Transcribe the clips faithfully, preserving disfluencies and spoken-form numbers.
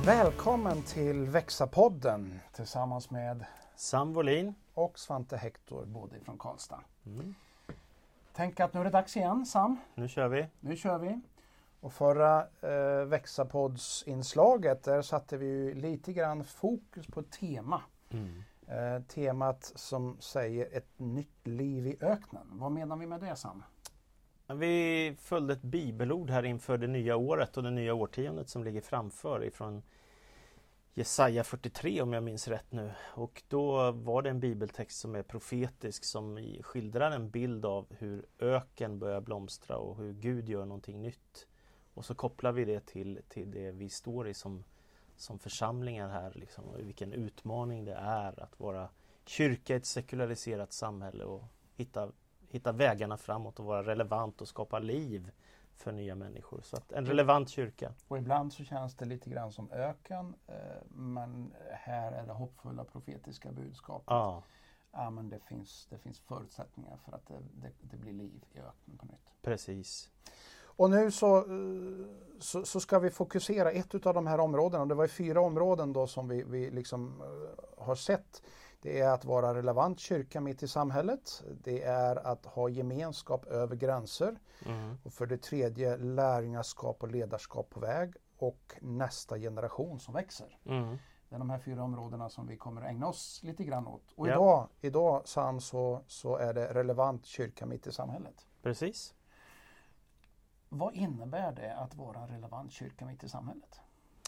Välkommen till Växa-podden tillsammans med Sam Wåhlin och Svante Hector, båda från Karlstad. Mm. Tänk att nu är det dags igen, Sam. Nu kör vi. Nu kör vi. Och förra eh, Växa-podds-inslaget, där satte vi ju lite grann fokus på ett tema. Mm. Eh, temat som säger ett nytt liv i öknen. Vad menar vi med det, Sam? Vi följde ett bibelord här inför det nya året och det nya årtiondet som ligger framför ifrån Jesaja fyrtiotre om jag minns rätt nu. Och då var det en bibeltext som är profetisk som skildrar en bild av hur öken börjar blomstra och hur Gud gör någonting nytt. Och så kopplar vi det till, till det vi står i som, som församlingar här. Liksom, och vilken utmaning det är att vara kyrka i ett sekulariserat samhälle och hitta hitta vägarna framåt och vara relevant och skapa liv för nya människor. Så att en relevant kyrka. Och ibland så känns det lite grann som öken, eh, men här är det hoppfulla profetiska budskap. Ja. Ja, men det finns, det finns förutsättningar för att det, det, det blir liv i öknen på nytt. Precis. Och nu så, så, så ska vi fokusera ett av de här områdena. Det var ju fyra områden då som vi, vi liksom har sett. Det är att vara relevant kyrka mitt i samhället. Det är att ha gemenskap över gränser. Mm. Och för det tredje lärjungaskap och ledarskap på väg. Och nästa generation som växer. Mm. Det är de här fyra områdena som vi kommer att ägna oss lite grann åt. Och Ja. idag, idag Sam, så, så är det relevant kyrka mitt i samhället. Precis. Vad innebär det att vara relevant kyrka mitt i samhället?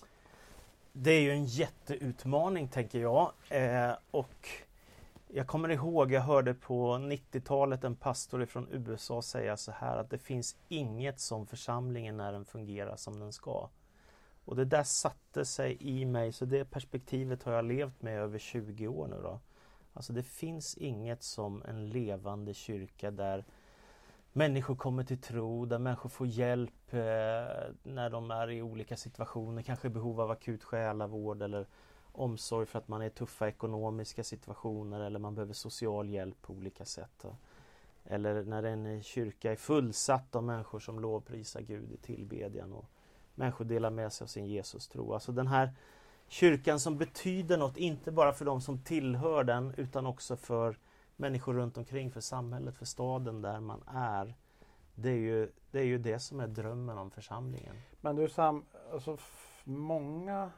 Det är ju en jätteutmaning tänker jag. Eh, och jag kommer ihåg, jag hörde på nittiotalet en pastor från U S A säga så här att det finns inget som församlingen när den fungerar som den ska. Och det där satte sig i mig, så det perspektivet har jag levt med över tjugo år nu då. Alltså det finns inget som en levande kyrka där människor kommer till tro, där människor får hjälp eh, när de är i olika situationer, kanske i behov av akut själavård eller omsorg för att man är i tuffa ekonomiska situationer eller man behöver social hjälp på olika sätt. Eller när en kyrka är fullsatt av människor som lovprisar Gud i tillbedjan och människor delar med sig av sin Jesus-tro. Alltså den här kyrkan som betyder något, inte bara för de som tillhör den utan också för människor runt omkring, för samhället, för staden där man är. Det är ju det, är ju det som är drömmen om församlingen. Men du Sam, alltså f- många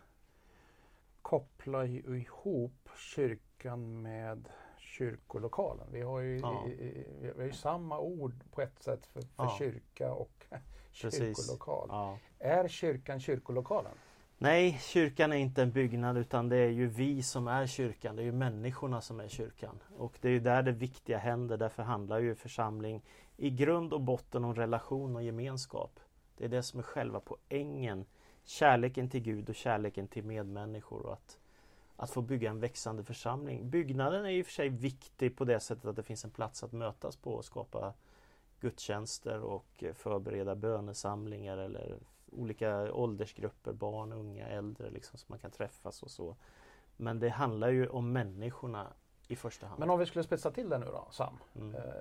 kopplar ju ihop kyrkan med kyrkolokalen. Vi har ju, Ja. i, i, vi har ju samma ord på ett sätt för, för Ja. kyrka och Precis. kyrkolokal. Ja. Är kyrkan kyrkolokalen? Nej, kyrkan är inte en byggnad utan det är ju vi som är kyrkan. Det är ju människorna som är kyrkan. Och det är ju där det viktiga händer. Därför handlar ju församling i grund och botten om relation och gemenskap. Det är det som är själva poängen. Kärleken till Gud och kärleken till medmänniskor. Och att, att få bygga en växande församling. Byggnaden är i och för sig viktig på det sättet att det finns en plats att mötas på och skapa gudstjänster och förbereda bönesamlingar eller olika åldersgrupper, barn, unga, äldre liksom, som man kan träffas och så. Men det handlar ju om människorna i första hand. Men om vi skulle spetsa till det nu då, Sam. Mm. Eh,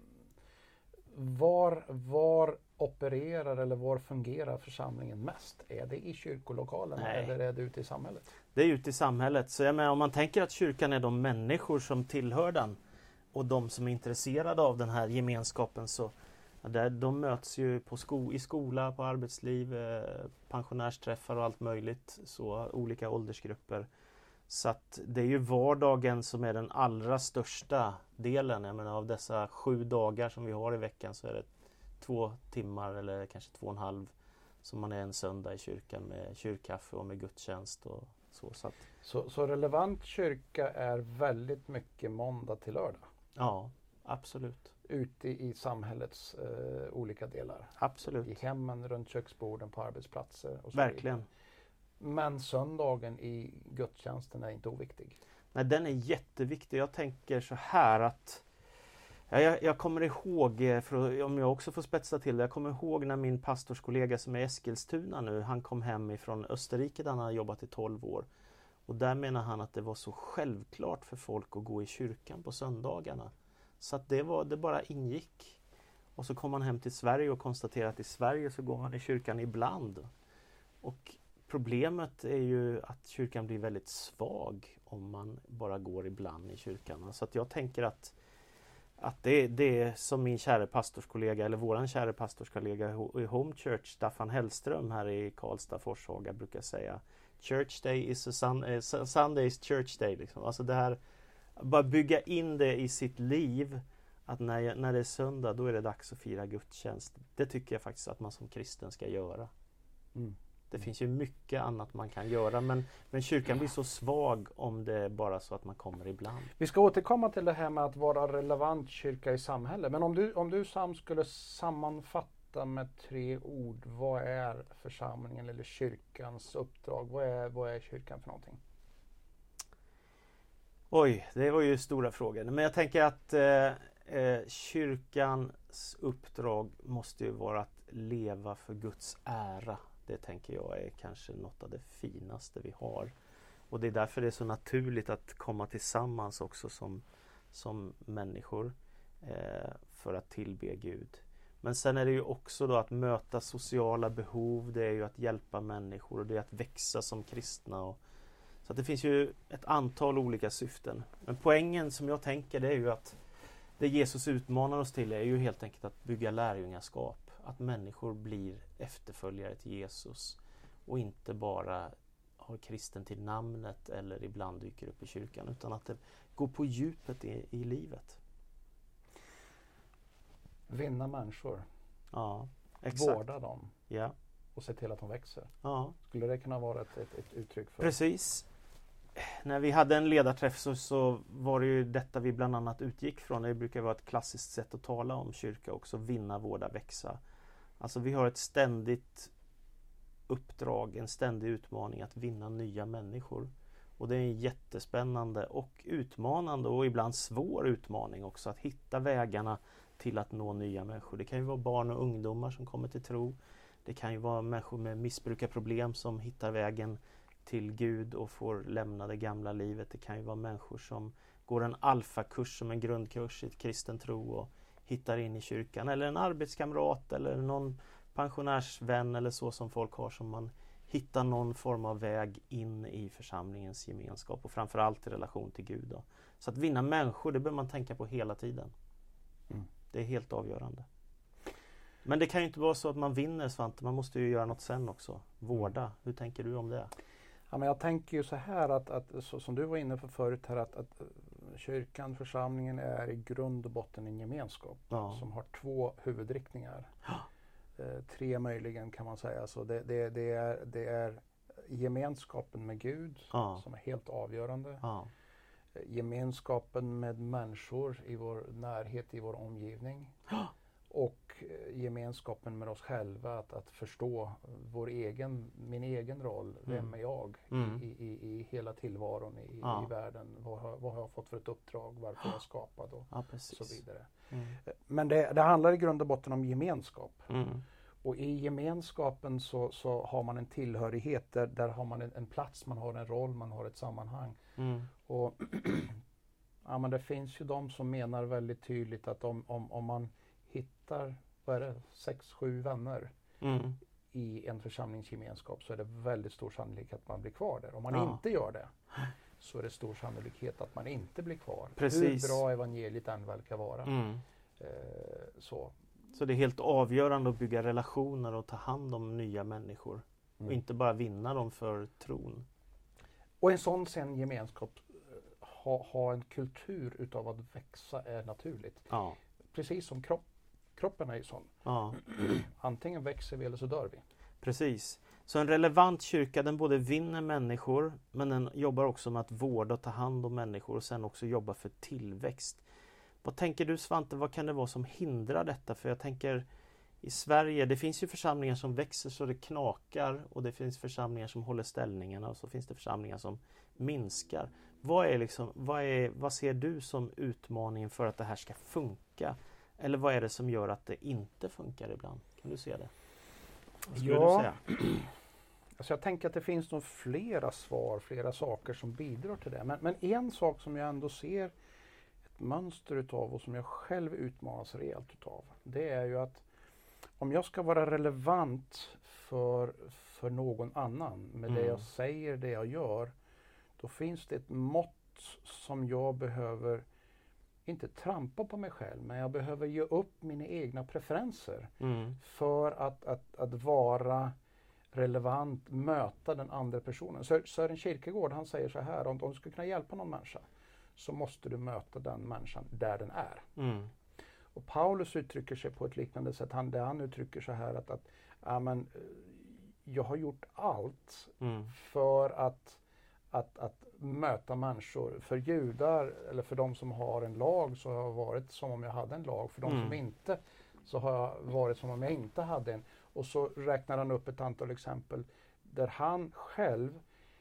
var, var opererar eller var fungerar församlingen mest? Är det i kyrkolokalen Nej. eller är det ute i samhället? Det är ute i samhället. Så jag menar, om man tänker att kyrkan är de människor som tillhör den och de som är intresserade av den här gemenskapen, så ja, där, de möts ju på sko- i skola, på arbetsliv, eh, pensionärsträffar och allt möjligt. Så olika åldersgrupper. Så att det är ju vardagen som är den allra största delen. Jag menar, av dessa sju dagar som vi har i veckan så är det två timmar eller kanske två och en halv som man är en söndag i kyrkan med kyrkkaffe och med gudstjänst och så. Så, att, Så, så relevant kyrka är väldigt mycket måndag till lördag? ja, absolut. Ute i samhällets eh, olika delar? Absolut. I hemmen, runt köksborden, på arbetsplatser och så Verkligen. vidare. Men söndagen i gudstjänsten är inte oviktig? Nej, den är jätteviktig. Jag tänker så här att ja, jag, jag kommer ihåg, för, om jag också får spetsa till det, jag kommer ihåg när min pastorskollega som är i Eskilstuna nu, han kom hem ifrån Österrike där han hade jobbat i tolv år. Och där menar han att det var så självklart för folk att gå i kyrkan på söndagarna. Så att det, var, det bara ingick. Och så kom han hem till Sverige och konstaterade att i Sverige så går man i kyrkan ibland. Och problemet är ju att kyrkan blir väldigt svag om man bara går ibland i kyrkan. Så att jag tänker att, att det, det är som min kära pastorskollega, eller våran kära pastorskollega i Home Church, Staffan Hellström här i Karlstad, Forshaga, brukar säga: Church day is a sun, uh, Sunday is church day. Liksom. Alltså det här, bara bygga in det i sitt liv, att när, jag, när det är söndag, då är det dags att fira gudstjänst. Det tycker jag faktiskt att man som kristen ska göra. Mm. Det finns ju mycket annat man kan göra, men, men kyrkan blir så svag om det är bara så att man kommer ibland. Vi ska återkomma till det här med att vara relevant kyrka i samhället. Men om du, om du Sam skulle sammanfatta med tre ord, vad är församlingen eller kyrkans uppdrag? Vad är, vad är kyrkan för någonting? Oj, det var ju stora frågor. Men jag tänker att eh, eh, kyrkans uppdrag måste ju vara att leva för Guds ära. Det tänker jag är kanske något av det finaste vi har. Och det är därför det är så naturligt att komma tillsammans också som, som människor eh, för att tillbe Gud. Men sen är det ju också då att möta sociala behov, det är ju att hjälpa människor och det är att växa som kristna. Och, så att det finns ju ett antal olika syften. Men poängen som jag tänker, det är ju att det Jesus utmanar oss till är ju helt enkelt att bygga lärjungaskap. Att människor blir efterföljare till Jesus och inte bara har kristen till namnet eller ibland dyker upp i kyrkan, utan att det går på djupet i, i livet. Vinna människor. Ja, exakt. Vårda dem. Ja. Och se till att de växer. Ja. Skulle det kunna vara ett, ett, ett uttryck för? Precis. När vi hade en ledarträff så, så var det ju detta vi bland annat utgick från. Det brukar vara ett klassiskt sätt att tala om kyrka också. Vinna, vårda, växa. Alltså vi har ett ständigt uppdrag, en ständig utmaning att vinna nya människor. Och det är en jättespännande och utmanande och ibland svår utmaning också, att hitta vägarna till att nå nya människor. Det kan ju vara barn och ungdomar som kommer till tro. Det kan ju vara människor med missbrukarproblem som hittar vägen till Gud och får lämna det gamla livet. Det kan ju vara människor som går en alfakurs som en grundkurs i kristen tro och hittar in i kyrkan. Eller en arbetskamrat eller någon pensionärsvän eller så som folk har, som man hittar någon form av väg in i församlingens gemenskap och framförallt i relation till Gud. Då. Så att vinna människor, det behöver man tänka på hela tiden. Mm. Det är helt avgörande. Men det kan ju inte vara så att man vinner, Svante. Man måste ju göra något sen också. Vårda. Hur tänker du om det? Ja, men jag tänker ju så här att, att så, som du var inne på förut här, att, att kyrkan, församlingen är i grund och botten en gemenskap ja. Som har två huvudriktningar. Ja. Eh, tre möjligen kan man säga. Så det, det, det, är, det är gemenskapen med Gud ja. Som är helt avgörande. Ja. Eh, gemenskapen med människor i vår närhet, i vår omgivning. Ja. Och gemenskapen med oss själva, att, att förstå vår egen, min egen roll. Mm. Vem är jag mm. i, i, i hela tillvaron i, ja. I världen? Vad har, vad har jag fått för ett uppdrag? Varför är jag skapad? Och ja, så vidare. Mm. Men det, det handlar i grund och botten om gemenskap. Mm. Och i gemenskapen så, så har man en tillhörighet. Där, där har man en, en plats, man har en roll, man har ett sammanhang. Mm. Och ja, men det finns ju de som menar väldigt tydligt att om, om, om man hittar, vad är det, sex, sju vänner mm. i en församlingsgemenskap, så är det väldigt stor sannolikhet att man blir kvar där. Om man ja. Inte gör det, så är det stor sannolikhet att man inte blir kvar. Precis. Hur bra evangeliet än verkar vara. Mm. Eh, så. så det är helt avgörande att bygga relationer och ta hand om nya människor. Mm. Och inte bara vinna dem för tron. Och en sån sen gemenskap, ha, ha en kultur utav att växa är naturligt. Ja. Precis som kropp. Kroppen är ju sån. Ja. Antingen växer vi eller så dör vi. Precis. Så en relevant kyrka, den både vinner människor, men den jobbar också med att vårda och ta hand om människor och sen också jobba för tillväxt. Vad tänker du, Svante, vad kan det vara som hindrar detta? För jag tänker i Sverige, det finns ju församlingar som växer så det knakar och det finns församlingar som håller ställningarna och så finns det församlingar som minskar. Vad är liksom, vad är, vad ser du som utmaningen för att det här ska funka? Eller vad är det som gör att det inte funkar ibland? Kan du se det? Vad skulle ja, du säga? Alltså jag tänker att det finns nog flera svar, flera saker som bidrar till det. Men, men en sak som jag ändå ser ett mönster utav och som jag själv utmanas rejält utav, det är ju att om jag ska vara relevant för för någon annan med Mm. det jag säger, det jag gör, då finns det ett mått som jag behöver inte trampa på mig själv, men jag behöver ge upp mina egna preferenser Mm. för att, att, att vara relevant, möta den andra personen. Sö- Sören Kierkegaard, han säger så här, om, om du ska kunna hjälpa någon människa så måste du möta den människan där den är. Mm. Och Paulus uttrycker sig på ett liknande sätt, han, där han uttrycker så här att, att ja, men, jag har gjort allt Mm. för att, att, att möta människor. För judar, eller för de som har en lag, så har jag varit som om jag hade en lag. För de Mm. som inte, så har jag varit som om jag inte hade en. Och så räknar han upp ett antal exempel där han själv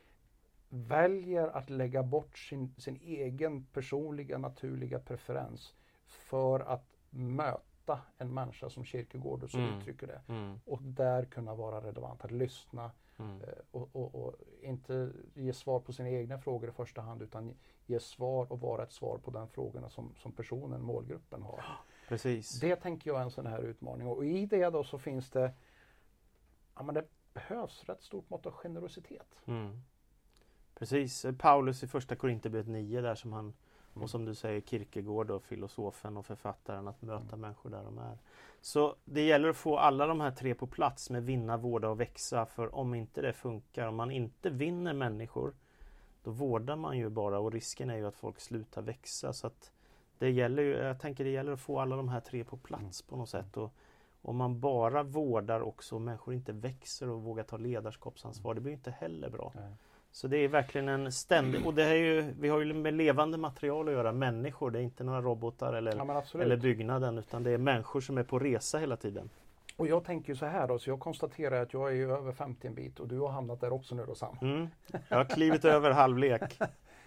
väljer att lägga bort sin, sin egen personliga, naturliga preferens för att möta en människa som Kierkegaard och så Mm. uttrycker det. Mm. Och där kunna vara relevant, att lyssna Mm. eh, och, och, och inte ge svar på sina egna frågor i första hand, utan ge svar och vara ett svar på den frågorna som, som personen, målgruppen har. Precis. Det tänker jag är en sån här utmaning. Och i det då så finns det, ja men det behövs rätt stort mått av generositet. Mm. Precis. Paulus i första Korinthierbrevet nio där som han, Mm. och som du säger Kierkegaard och filosofen och författaren, att möta människor där de är. Så det gäller att få alla de här tre på plats med vinna, vårda och växa, för om inte det funkar, om man inte vinner människor, då vårdar man ju bara, och risken är ju att folk slutar växa. Så att det gäller ju, jag tänker det gäller att få alla de här tre på plats på något sätt. Och om man bara vårdar också, människor inte växer och vågar ta ledarskapsansvar, det blir inte heller bra. Nej. Så det är verkligen en ständig, och det är ju, vi har ju med levande material att göra, människor, det är inte några robotar eller, Ja, men absolut. eller byggnaden, utan det är människor som är på resa hela tiden. Och jag tänker ju så här då, så jag konstaterar att jag är ju över femtio en bit och du har hamnat där också nu då, Sam. Mm. Jag har klivit över halvlek.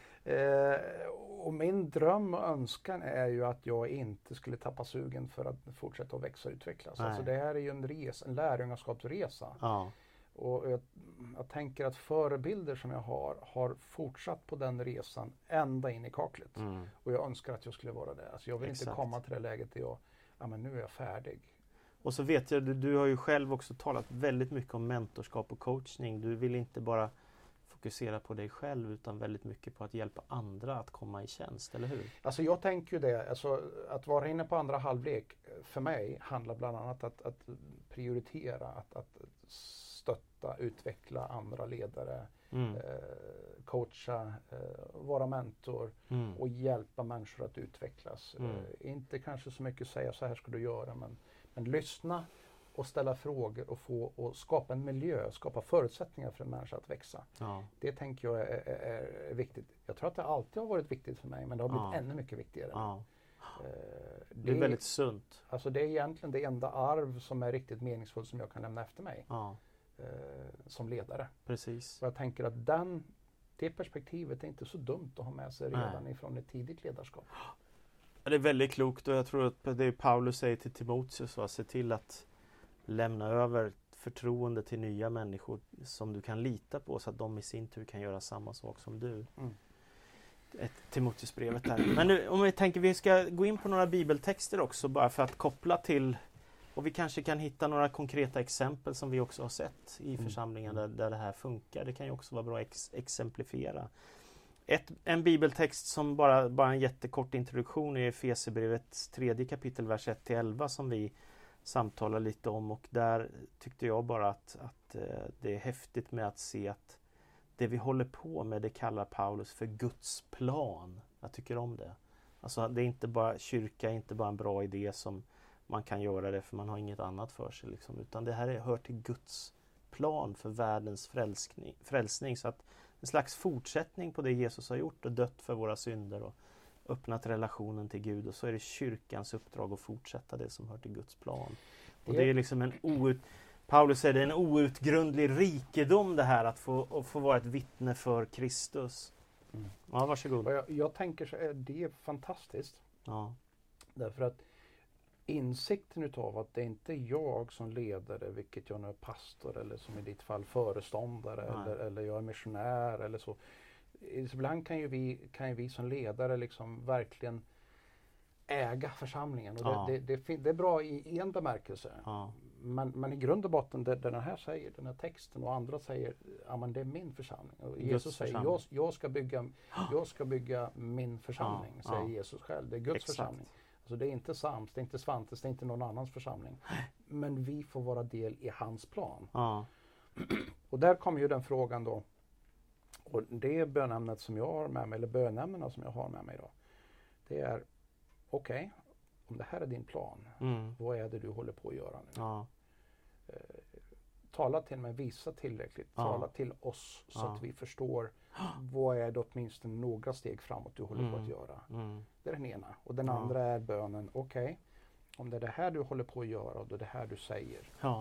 Eh, och min dröm och önskan är ju att jag inte skulle tappa sugen för att fortsätta att växa och utvecklas. Nej. Alltså det här är ju en, res, en lärjungaskapsresa. Ja. Och jag, jag tänker att förebilder som jag har, har fortsatt på den resan ända in i kaklet. Mm. Och jag önskar att jag skulle vara det. Alltså jag vill Exakt. inte komma till det läget där jag, ja men nu är jag färdig. Och så vet jag, du, du har ju själv också talat väldigt mycket om mentorskap och coachning. Du vill inte bara fokusera på dig själv, utan väldigt mycket på att hjälpa andra att komma i tjänst, eller hur? Alltså jag tänker ju det, alltså att vara inne på andra halvlek för mig handlar bland annat att, att prioritera, att, att stötta, utveckla andra ledare, Mm. eh, coacha, eh, vara mentor Mm. och hjälpa människor att utvecklas. Mm. Eh, inte kanske så mycket säga så här ska du göra, men, men lyssna och ställa frågor och få och skapa en miljö, skapa förutsättningar för en människa att växa. Ja. Det tänker jag är, är, är viktigt. Jag tror att det alltid har varit viktigt för mig, men det har blivit Ja. ännu mycket viktigare. Ja. Eh, Det är väldigt sunt. Alltså det är egentligen det enda arv som är riktigt meningsfullt som jag kan lämna efter mig Ja, eh, som ledare. precis. Och jag tänker att den, det perspektivet är inte så dumt att ha med sig Nej. redan ifrån ett tidigt ledarskap. Ja, det är väldigt klokt, och jag tror att det Paulus säger till Timoteus, var se till att lämna över förtroende till nya människor som du kan lita på, så att de i sin tur kan göra samma sak som du. Mm. Ett Timoteusbrevet här. Men nu, om vi tänker, vi ska gå in på några bibeltexter också, bara för att koppla till, och vi kanske kan hitta några konkreta exempel som vi också har sett i Mm. församlingen där, där det här funkar. Det kan ju också vara bra att ex exemplifiera. Ett, en bibeltext som bara, bara en jättekort introduktion är Efesierbrevets tredje kapitel, vers ett till elva, som vi samtalar lite om, och där tyckte jag bara att, att eh, det är häftigt med att se att det vi håller på med, det kallar Paulus för Guds plan. Jag tycker om det. Alltså det är inte bara, kyrka är inte bara en bra idé som man kan göra det för man har inget annat för sig, liksom, utan det här är, hör till Guds plan för världens frälsning, frälsning. Så att en slags fortsättning på det Jesus har gjort och dött för våra synder och öppnat relationen till Gud, och så är det kyrkans uppdrag att fortsätta det som hör till Guds plan. Och det är liksom en out, Paulus säger det är en outgrundlig rikedom det här att få, att få vara ett vittne för Kristus. Mm. Ja, varsågod. Och jag, jag tänker så är det är fantastiskt. Ja. Därför att insikten utav att det är inte jag som ledare, vilket jag nu är pastor eller som i ditt fall föreståndare eller, eller jag är missionär eller så. Ibland kan ju vi, kan ju vi som ledare liksom verkligen äga församlingen. Och Ja. det, det, det, det är bra i en bemärkelse. Ja. men, men i grund och botten, det, det den här säger, den här texten och andra säger, ja men det är min församling. Och Jesus säger, jag, jag, ska bygga, jag ska bygga min församling, ja, säger ja. Jesus själv. Det är Guds Exakt. församling. Alltså det är inte Sams, det är inte Svantes, det är inte någon annans församling. Men vi får vara del i hans plan. Ja. Och där kommer ju den frågan då, och det bönämnet som jag har med mig, eller bönämnena som jag har med mig då, det är, okej, okay, om det här är din plan, mm. vad är det du håller på att göra nu? Ja. Eh, tala till mig, visa tillräckligt, ja. tala till oss så ja. att vi förstår vad är det åtminstone några steg framåt du håller mm. på att göra. Mm. Det är den ena. Och den ja. andra är bönen, okej, okay, om det är det här du håller på att göra och det är det här du säger, ja.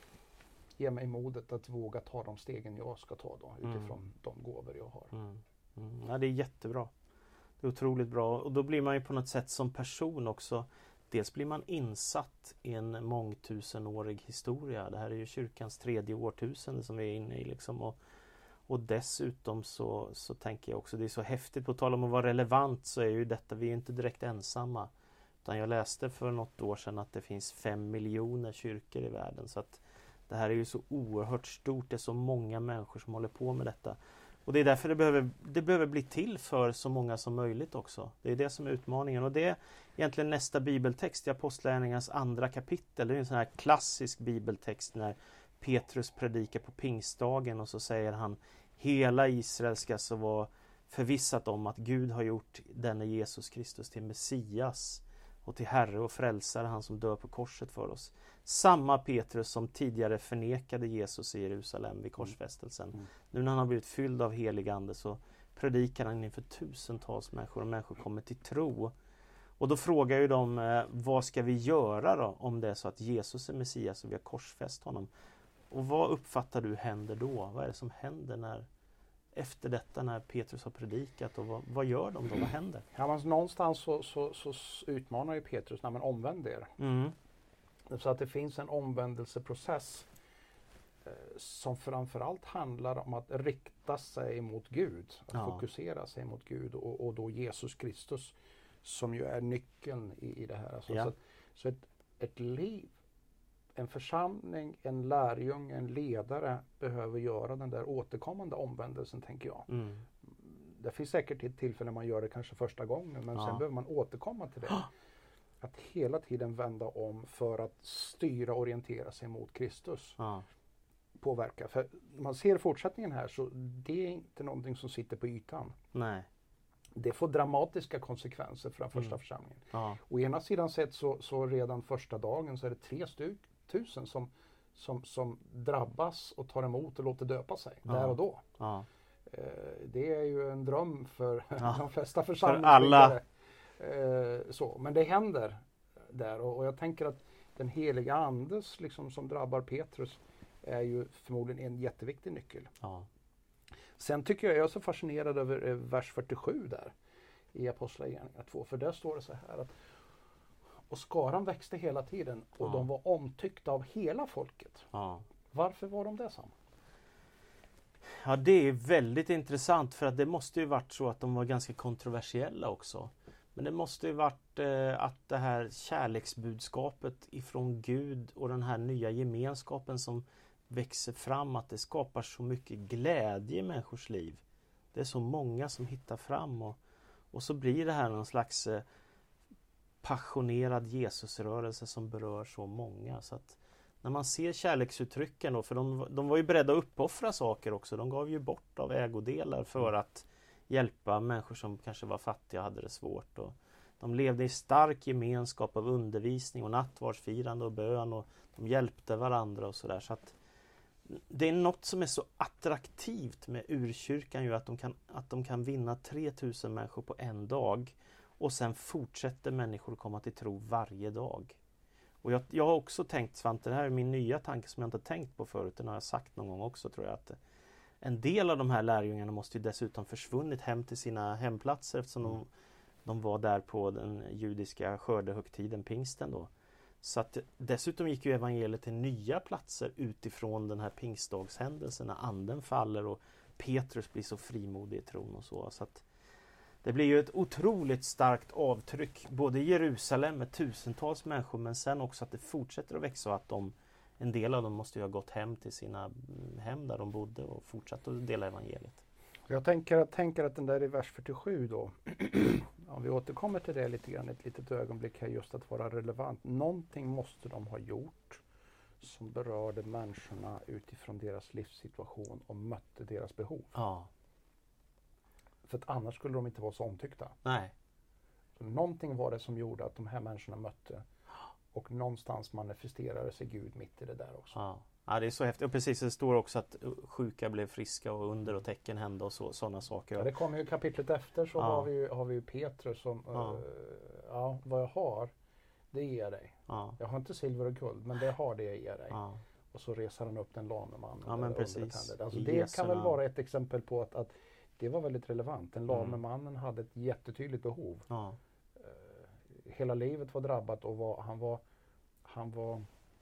ge mig modet att våga ta de stegen jag ska ta då, utifrån mm. de gåvor jag har. Mm. Mm. Ja, det är jättebra. Det är otroligt bra. Och då blir man ju på något sätt som person också. Dels blir man insatt i en mångtusenårig historia. Det här är ju kyrkans tredje årtusende som vi är inne i. Liksom. Och, och dessutom så, så tänker jag också, det är så häftigt, på tal om att vara relevant, så är ju detta, vi är inte direkt ensamma. Utan jag läste för något år sedan att det finns fem miljoner kyrkor i världen. Så att det här är ju så oerhört stort. Det är så många människor som håller på med detta. Och det är därför det behöver, det behöver bli till för så många som möjligt också. Det är det som är utmaningen. Och det är egentligen nästa bibeltext i Apostlagärningarnas andra kapitel. Det är en sån här klassisk bibeltext när Petrus predikar på pingstdagen och så säger han: hela Israel ska så vara förvissat om att Gud har gjort denne Jesus Kristus till Messias och till Herre och frälsare, han som dör på korset för oss. Samma Petrus som tidigare förnekade Jesus i Jerusalem vid korsfästelsen. Mm. Nu när han har blivit fylld av helig ande så predikar han inför tusentals människor och människor kommer till tro. Och då frågar ju de, eh, vad ska vi göra då om det är så att Jesus är Messias och vi har korsfäst honom? Och vad uppfattar du händer då? Vad är det som händer när efter detta, när Petrus har predikat, och vad, vad gör de då? Vad händer? Ja, men någonstans så, så, så utmanar ju Petrus när man omvänder er. Mm. Så att det finns en omvändelseprocess eh, som framförallt handlar om att rikta sig mot Gud, att ja. fokusera sig mot Gud och, och då Jesus Kristus som ju är nyckeln i, i det här. Alltså, ja. Så, så ett, ett liv, en församling, en lärjunge, en ledare behöver göra den där återkommande omvändelsen, tänker jag. Mm. Det finns säkert ett tillfälle när man gör det kanske första gången, men ja. sen behöver man återkomma till det. Att hela tiden vända om för att styra och orientera sig mot Kristus. Ja. Påverka. För man ser fortsättningen här, så det är inte någonting som sitter på ytan. Nej. Det får dramatiska konsekvenser för den första mm. församlingen. Ja. Å ena sidan sett så, så redan första dagen så är det tre styck, tusen som, som, som drabbas och tar emot och låter döpa sig. Ja. Där och då. Ja. Eh, det är ju en dröm för ja. de flesta för församlingsbyggare. alla. Eh, så. Men det händer där, och, och jag tänker att den heliga andes liksom, som drabbar Petrus är ju förmodligen en jätteviktig nyckel. Ja. Sen tycker jag, jag är så fascinerad över eh, vers fyrtiosju där i Apostlagärningarna två, för där står det så här att och skaran växte hela tiden och ja. de var omtyckta av hela folket. Ja. Varför var de det, Sam? Ja, det är väldigt intressant, för att det måste ju varit så att de var ganska kontroversiella också. Men det måste ju varit eh, att det här kärleksbudskapet ifrån Gud och den här nya gemenskapen som växer fram, att det skapar så mycket glädje i människors liv. Det är så många som hittar fram, och, och så blir det här någon slags eh, passionerad Jesusrörelse som berör så många. Så att när man ser kärleksuttrycken då, för de, de var ju beredda att uppoffra saker också. De gav ju bort av ägodelar för att hjälpa människor som kanske var fattiga och hade det svårt. Och de levde i stark gemenskap av undervisning och nattvardsfirande och bön, och de hjälpte varandra och sådär. Så att det är något som är så attraktivt med urkyrkan ju, att de kan, att de kan vinna tre tusen människor på en dag, och sen fortsätter människor komma till tro varje dag. Och jag, jag har också tänkt, Svante, det här är min nya tanke som jag inte tänkt på förut, den har jag sagt någon gång också, tror jag, att en del av de här lärjungarna måste ju dessutom försvunnit hem till sina hemplatser, eftersom mm. de, de var där på den judiska skördehögtiden, pingsten då. Så att dessutom gick ju evangeliet till nya platser utifrån den här pingstdagshändelsen när anden faller och Petrus blir så frimodig i tron och så. Så att det blir ju ett otroligt starkt avtryck både i Jerusalem med tusentals människor, men sen också att det fortsätter att växa och att de en del av dem måste ju ha gått hem till sina hem där de bodde och fortsatt att dela evangeliet. Jag tänker, tänker att den där i vers fyrtiosju då, om vi återkommer till det lite grann ett litet ögonblick här, just att vara relevant. Någonting måste de ha gjort som berörde människorna utifrån deras livssituation och mötte deras behov. Ja. För att annars skulle de inte vara så omtyckta. Nej. Så någonting var det som gjorde att de här människorna mötte, och någonstans manifesterade sig Gud mitt i det där också. Ja. Ja, det är så häftigt. Och precis, det står också att sjuka blev friska och under och tecken hände och så, sådana saker. Ja, det kommer ju kapitlet efter, så Ja. har vi ju, har vi ju Petrus som, Ja. uh, ja, vad jag har, det ger jag dig. Ja. Jag har inte silver och guld, men det har det jag ger dig. Ja. Och så reser han upp den lame mannen. Ja, men där precis. under ett händer. Alltså I det Jesu kan väl namn. vara ett exempel på att, att det var väldigt relevant. Den lame Mm. mannen hade ett jättetydligt behov. Ja. Hela livet var drabbat och var, han var han var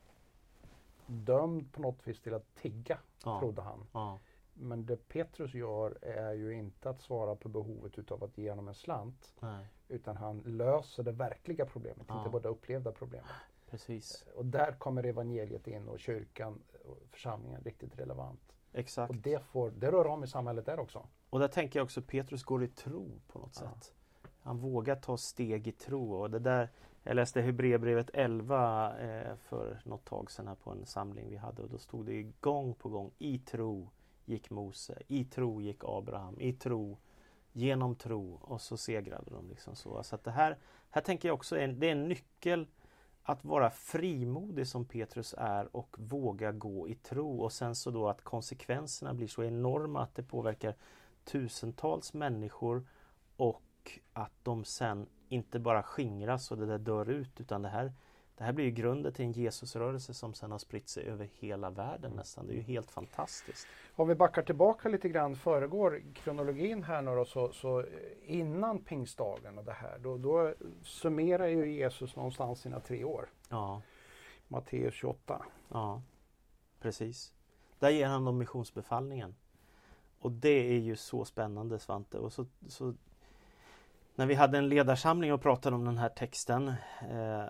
dömd på något vis till att tigga, Ja. trodde han. Ja. Men det Petrus gör är ju inte att svara på behovet utav att ge honom en slant, Nej. utan han löser det verkliga problemet, Ja. inte bara det upplevda problemet. Precis. Och där kommer evangeliet in och kyrkan och församlingen riktigt relevant. Exakt. Och det, får, det rör om i samhället där också. Och där tänker jag också Petrus går i tro på något Ja. sätt. Han vågar ta steg i tro. Och det där, jag läste Hebreerbrevet elva eh, för något tag sedan här på en samling vi hade. Och då stod det ju gång på gång: i tro gick Mose, i tro gick Abraham, i tro, genom tro. Och så segrade de liksom så. Så att det här, här tänker jag också, det är en nyckel att vara frimodig som Petrus är och våga gå i tro. Och sen så då att konsekvenserna blir så enorma att det påverkar tusentals människor, och att de sen inte bara skingras och det där dör ut, utan det här, det här blir ju grunden till en Jesusrörelse som sen har spritt sig över hela världen nästan. Det är ju helt fantastiskt. Om vi backar tillbaka lite grann, föregår kronologin här nu då, så, så innan pingstdagen och det här, då, då summerar ju Jesus någonstans sina tre år. Ja, Matteus tjugoåtta. ja, precis. Där ger han dem missionsbefallningen. Och det är ju så spännande, Svante. Och så, så när vi hade en ledarsamling och pratade om den här texten, eh,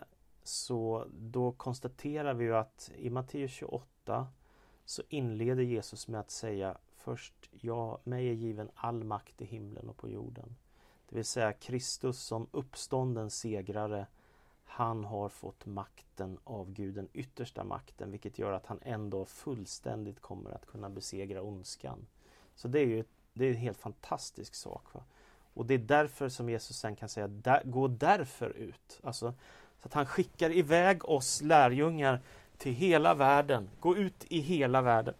så då konstaterar vi ju att i Matteus tjugoåtta så inleder Jesus med att säga först: ja, mig är given all makt i himlen och på jorden. Det vill säga Kristus som uppstånden segrare, han har fått makten av Gud, den yttersta makten, vilket gör att han ändå fullständigt kommer att kunna besegra ondskan. Så det är ju det är en helt fantastisk sak. Va? Och det är därför som Jesus sen kan säga: där, gå därför ut. Alltså, så att han skickar iväg oss lärjungar till hela världen. Gå ut i hela världen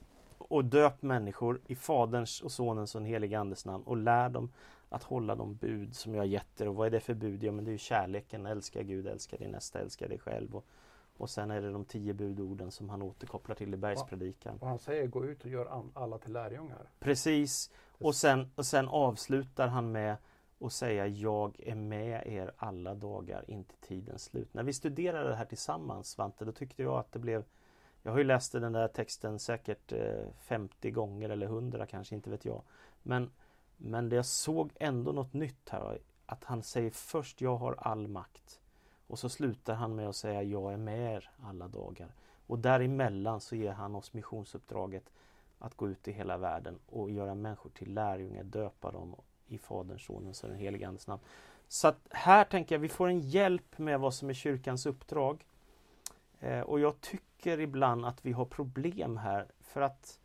och döp människor i Faderns och Sonens och den helige Andes namn och lär dem att hålla de bud som jag har gett er. Och vad är det för bud? Ja, men det är ju kärleken. Älska Gud, älska din nästa, älska dig själv. Och, och sen är det de tio budorden som han återkopplar till i bergspredikan. Och han säger: gå ut och gör an- alla till lärjungar. Precis. Och sen, och sen avslutar han med att säga: jag är med er alla dagar in till tidens slut. När vi studerade det här tillsammans, Svante, då tyckte jag att det blev... Jag har ju läst den där texten säkert eh, femtio gånger eller hundra kanske, inte vet jag. Men, men det jag såg ändå något nytt här. Att han säger först: jag har all makt. Och så slutar han med att säga: jag är med er alla dagar. Och däremellan så ger han oss missionsuppdraget att gå ut i hela världen och göra människor till lärjungar, döpa dem i Faderns, Sonens och den helige Andes namn. Så att här tänker jag vi får en hjälp med vad som är kyrkans uppdrag. Eh, och jag tycker ibland att vi har problem här, för att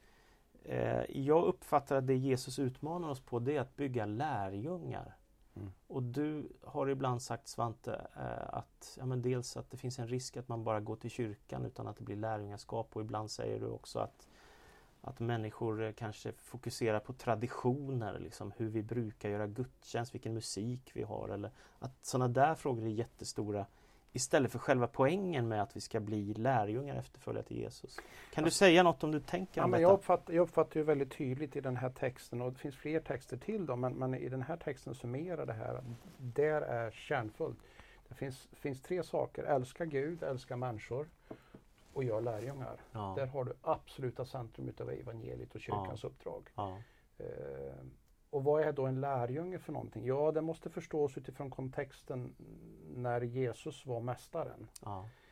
eh, jag uppfattar att det Jesus utmanar oss på, det är att bygga lärjungar. Mm. Och du har ibland sagt, Svante, eh, att ja, men dels att det finns en risk att man bara går till kyrkan utan att det blir lärjungaskap, och ibland säger du också att Att människor kanske fokuserar på traditioner, liksom hur vi brukar göra gudstjänst, vilken musik vi har, eller att sådana där frågor är jättestora istället för själva poängen med att vi ska bli lärjungar efterföljare till Jesus. Kan du säga något om du tänker ja, om men detta? jag, uppfattar, jag uppfattar ju väldigt tydligt i den här texten, och det finns fler texter till då, men, men i den här texten summerar det här, där är kärnfullt. Det finns, finns tre saker: älska Gud, älska människor och gör lärjungar. Ja. Där har du absoluta centrum utav evangeliet och kyrkans Ja. uppdrag. Ja. Eh, och vad är då en lärjunge för någonting? Ja, det måste förstås utifrån kontexten när Jesus var mästaren. Ja.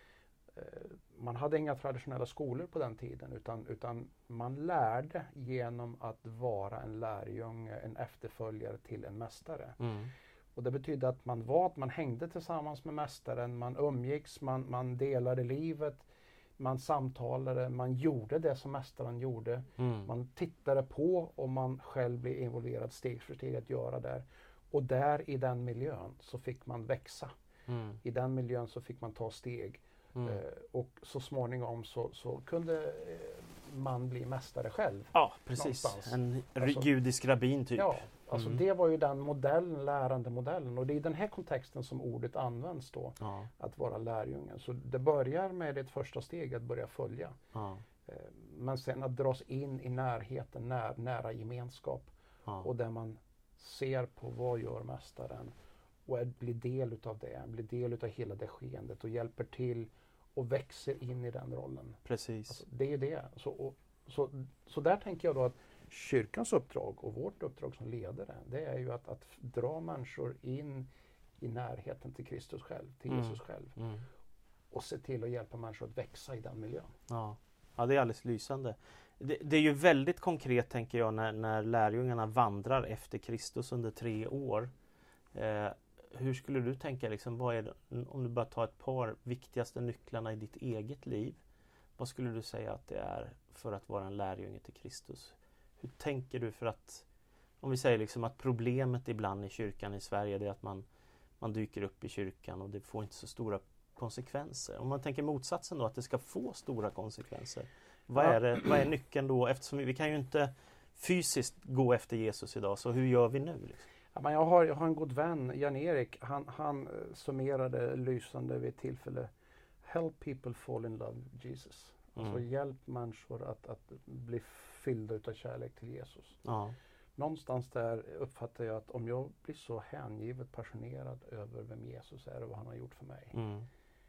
Man hade inga traditionella skolor på den tiden utan, utan man lärde genom att vara en lärjunge, en efterföljare till en mästare. Mm. Och det betydde att man var, man hängde tillsammans med mästaren, man umgicks, man, man delade livet, man samtalade, man gjorde det som mästaren gjorde. Mm. Man tittade på och man själv blev involverad steg för steg att göra det. Och där i den miljön så fick man växa. Mm. I den miljön så fick man ta steg. Mm. Eh, och så småningom så, så kunde eh, man bli mästare själv. Ja, precis. Någonstans. En Alltså- judisk rabbin typ. Ja, alltså Mm. det var ju den modellen, lärandemodellen. Och det är i den här kontexten som ordet används då, Ja, att vara lärjungen. Så det börjar med ett första steg att börja följa. ja, Eh, men sen att dras in i närheten, när, nära gemenskap. ja. Och där man ser på vad gör mästaren och är, blir del utav det, blir del utav hela det skeendet och hjälper till och växer in i den rollen. Precis. Alltså, det är det. Så, och, så, så där tänker jag då att kyrkans uppdrag och vårt uppdrag som ledare, det är ju att, att dra människor in i närheten till Kristus själv, till Mm. Jesus själv. Mm. Och se till att hjälpa människor att växa i den miljön. Ja. Ja, det är alldeles lysande. Det, det är ju väldigt konkret tänker jag när, när lärjungarna vandrar efter Kristus under tre år. Eh, hur skulle du tänka, liksom, vad är det, om du bara tar ett par viktigaste nycklarna i ditt eget liv? Vad skulle du säga att det är för att vara en lärjunge till Kristus? Hur tänker du för att, om vi säger liksom att problemet ibland i kyrkan i Sverige är att man, man dyker upp i kyrkan och det får inte så stora konsekvenser. Om man tänker motsatsen då, att det ska få stora konsekvenser. Vad är, det, vad är nyckeln då? Eftersom vi, vi kan ju inte fysiskt gå efter Jesus idag, så hur gör vi nu? Liksom? Ja, men jag, har, jag har en god vän, Jan-Erik, han, han eh, summerade lysande vid ett tillfälle: Help people fall in love with Jesus. Alltså Mm. hjälp människor att, att bli fyllda utav kärlek till Jesus. Ja, Någonstans där uppfattar jag att om jag blir så hängivet passionerad över vem Jesus är och vad han har gjort för mig, mm,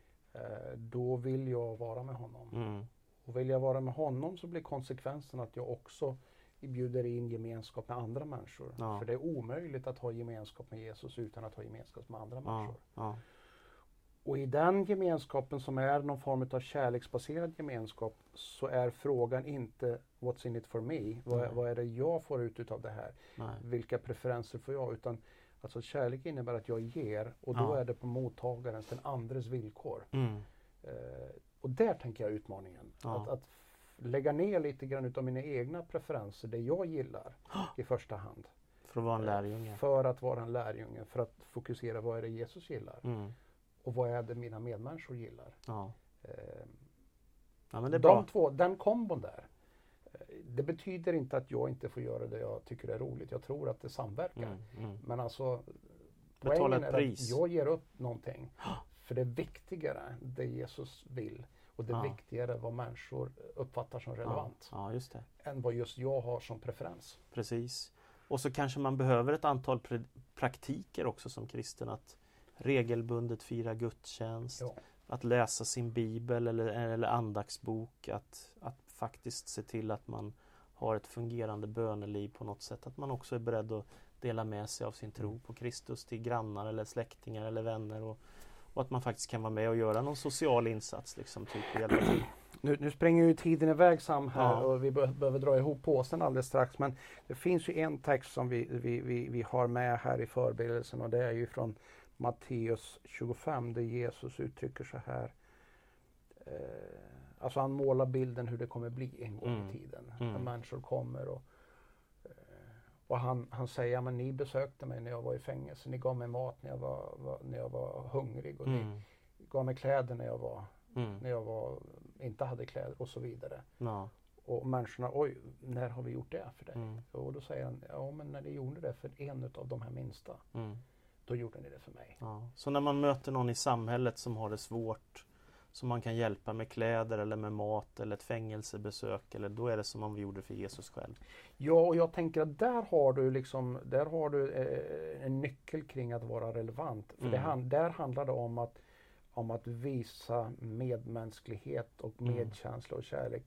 eh, då vill jag vara med honom. mm, Och vill jag vara med honom så blir konsekvensen att jag också bjuder in gemenskap med andra människor. Ja. För det är omöjligt att ha gemenskap med Jesus utan att ha gemenskap med andra ja, människor. ja, Och i den gemenskapen som är någon form av kärleksbaserad gemenskap så är frågan inte what's in it for me? Vad, Nej. vad är det jag får ut utav det här? nej, Vilka preferenser får jag? Utan alltså kärlek innebär att jag ger och då Ja. är det på mottagarens, den andres villkor. mm, Eh, och där tänker jag utmaningen. Ja. Att, att f- lägga ner lite grann utav mina egna preferenser, det jag gillar i första hand. för att vara en lärjunge. För att vara en lärjunge, för att fokusera vad är det Jesus gillar Mm, och vad är det mina medmänniskor gillar. ja. Eh, ja, men det är de bra. två, den kombon där. eh, Det betyder inte att jag inte får göra det jag tycker är roligt. Jag tror att det samverkar. Mm, mm. Men alltså Betala poängen ett är pris. att jag ger upp någonting. För det är viktigare det Jesus vill. Och det är Ja. viktigare vad människor uppfattar som Ja, relevant. ja, just det. Än vad just jag har som preferens. Precis. Och så kanske man behöver ett antal pr- praktiker också som kristen. Att regelbundet fira gudstjänst. Ja. Att läsa sin bibel eller, eller andaktsbok. Att, att faktiskt se till att man har ett fungerande böneliv på något sätt. Att man också är beredd att dela med sig av sin tro på Kristus till grannar eller släktingar eller vänner. Och, och att man faktiskt kan vara med och göra någon social insats. Liksom, typ, och hjälpa till. Nu, nu springer ju tiden iväg Sam här Ja. och vi be- behöver dra ihop påsen alldeles strax. Men det finns ju en text som vi, vi, vi, vi har med här i förberedelsen och det är ju från Matteus tjugofem där Jesus uttrycker så här. Eh, alltså han målar bilden hur det kommer bli en gång Mm. i tiden. Mm. När människor kommer och, eh, och han, han säger, men ni besökte mig när jag var i fängelse. Ni gav mig mat när jag var, var, när jag var hungrig och Mm. ni gav mig kläder när jag var Mm. när jag var, inte hade kläder och så vidare. Ja. Och människorna, oj, när har vi gjort det för dig? Mm. Och då säger han, ja men när ni gjorde det för en av de här minsta, Mm. då gjorde ni det för mig. Ja. Så när man möter någon i samhället som har det svårt, som man kan hjälpa med kläder eller med mat eller ett fängelsebesök, eller då är det som om vi gjorde det för Jesus själv. Ja, och jag tänker att där har du liksom, där har du eh, en nyckel kring att vara relevant. För det Mm. han, där handlar det om att, om att visa medmänsklighet och Mm. medkänsla och kärlek.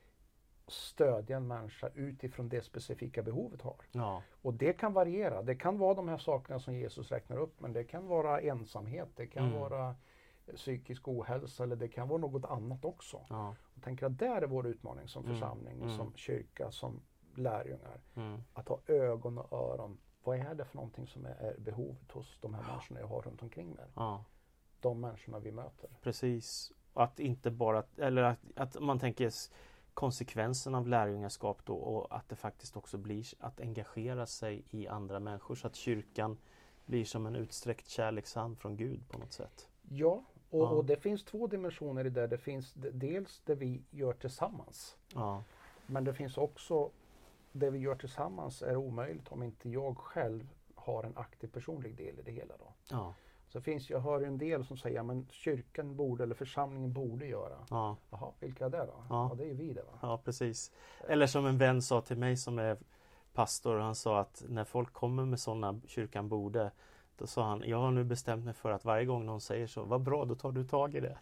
Stödja en människa utifrån det specifika behovet har. Ja. Och det kan variera. Det kan vara de här sakerna som Jesus räknar upp, men det kan vara ensamhet, det kan Mm. vara psykisk ohälsa eller det kan vara något annat också. Ja. Jag tänker att där är vår utmaning som Mm. församling, Mm. som kyrka, som lärjungar. Mm. Att ha ögon och öron. Vad är det för någonting som är, är behovet hos de här människorna jag har runt omkring mig? Ja. De människorna vi möter. Precis. Att inte bara, eller att, att man tänker s- konsekvensen av lärjungaskap då och att det faktiskt också blir att engagera sig i andra människor så att kyrkan blir som en utsträckt kärlekshand från Gud på något sätt. Ja, och, Ja. och det finns två dimensioner i det. Det finns d- dels det vi gör tillsammans. Ja. Men det finns också det vi gör tillsammans är omöjligt om inte jag själv har en aktiv personlig del i det hela då. Ja. Så finns, jag hör ju en del som säger, men kyrkan borde eller församlingen borde göra. Ja. Jaha, vilka är det då? Ja. Ja, det är ju vi det va? Ja, precis. Eller som en vän sa till mig som är pastor, han sa att när folk kommer med sådana kyrkan borde, då sa han, jag har nu bestämt mig för att varje gång någon säger så, vad bra, då tar du tag i det.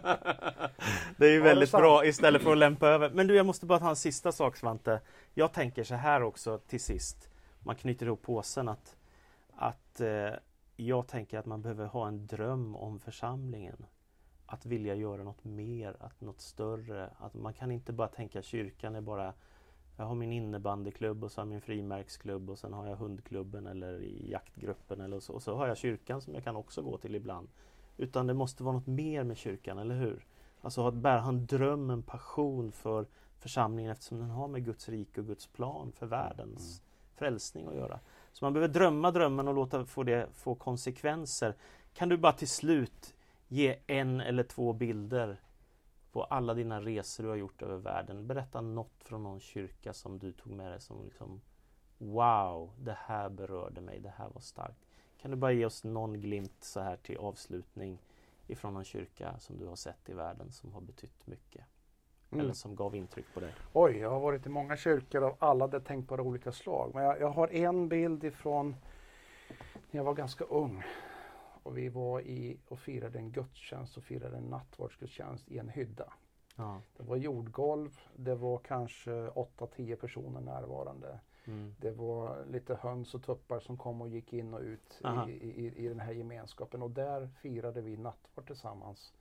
Det är ju Ja, väldigt det är sant. bra istället för att lämpa över. Men du, jag måste bara ta en sista sak, Svante. Jag tänker så här också till sist, man knyter ihop påsen, att, att eh, jag tänker att man behöver ha en dröm om församlingen. Att vilja göra något mer, att något större. Att man kan inte bara tänka kyrkan är bara, jag har min innebandyklubb och så har jag min frimärksklubb och sen har jag hundklubben eller i jaktgruppen eller så. Och så har jag kyrkan som jag kan också gå till ibland. Utan det måste vara något mer med kyrkan, eller hur? Alltså att bära en dröm, en passion för församlingen eftersom den har med Guds rike och Guds plan för världens mm. frälsning att göra. Så man behöver drömma drömmen och låta få det få konsekvenser. Kan du bara till slut ge en eller två bilder på alla dina resor du har gjort över världen? Berätta något från någon kyrka som du tog med dig som liksom, wow, det här berörde mig, det här var starkt. Kan du bara ge oss någon glimt så här till avslutning ifrån någon kyrka som du har sett i världen som har betytt mycket? Mm. Eller som gav intryck på dig? Oj, jag har varit i många kyrkor av alla det tänkbara olika slag. Men jag, jag har en bild ifrån när jag var ganska ung. Och vi var i och firade en gudstjänst och firade en nattvardsgudstjänst i en hydda. Ja. Det var jordgolv, det var kanske åtta tio personer närvarande. Mm. Det var lite höns och tuppar som kom och gick in och ut Aha. i, i, i den här gemenskapen. Och där firade vi nattvard tillsammans.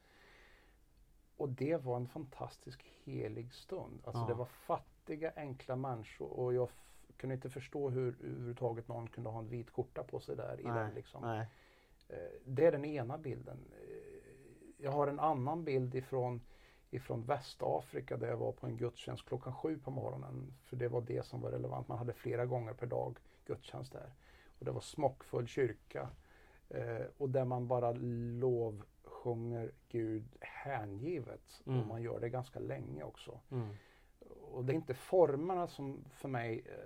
Och det var en fantastisk helig stund. Alltså Ja. det var fattiga, enkla människor. Och jag f- kunde inte förstå hur överhuvudtaget någon kunde ha en vit skjorta på sig där. I Nej, den, liksom. nej. Eh, Det är den ena bilden. Eh, Jag har en annan bild ifrån, ifrån Västafrika där jag var på en gudstjänst klockan sju på morgonen. För det var det som var relevant. Man hade flera gånger per dag gudstjänst där. Och det var smockfull kyrka. Eh, och där man bara lovsjunger Gud hängivet. Mm. Och man gör det ganska länge också. Mm. Och det är inte formerna som för mig eh,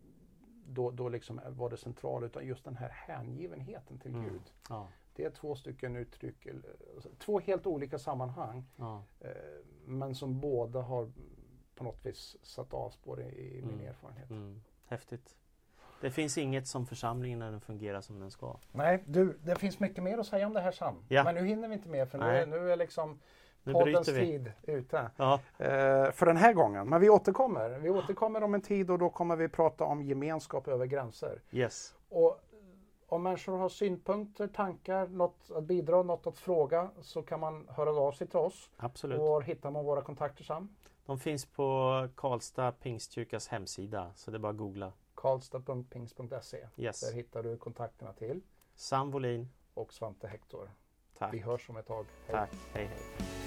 då, då liksom var det centrala, utan just den här hängivenheten till Mm. Gud. Ja. Det är två stycken uttryck, eller, alltså, två helt olika sammanhang, Ja. eh, men som båda har på något vis satt avspår i, i min Mm. erfarenhet. Mm. Häftigt. Det finns inget som församlingen när den fungerar som den ska. Nej, du, det finns mycket mer att säga om det här Sam. Ja. Men nu hinner vi inte mer för nu Nej. är, nu är liksom Nu poddens bryter vi. tid ute. Ja. Eh, för den här gången. Men vi återkommer. Vi återkommer om en tid och då kommer vi prata om gemenskap över gränser. Yes. Och om människor har synpunkter, tankar, något att bidra, något att fråga, så kan man höra av sig till oss. Absolut. Och var hittar man våra kontakter Sam? De finns på Karlstad Pingstkyrkas hemsida. Så det är bara att googla. karlstad punkt pingst punkt se. Yes. Där hittar du kontakterna till. Sam Wåhlin. Och Svante Hector. Tack. Vi hörs om ett tag. Hej. Tack. Hej hej.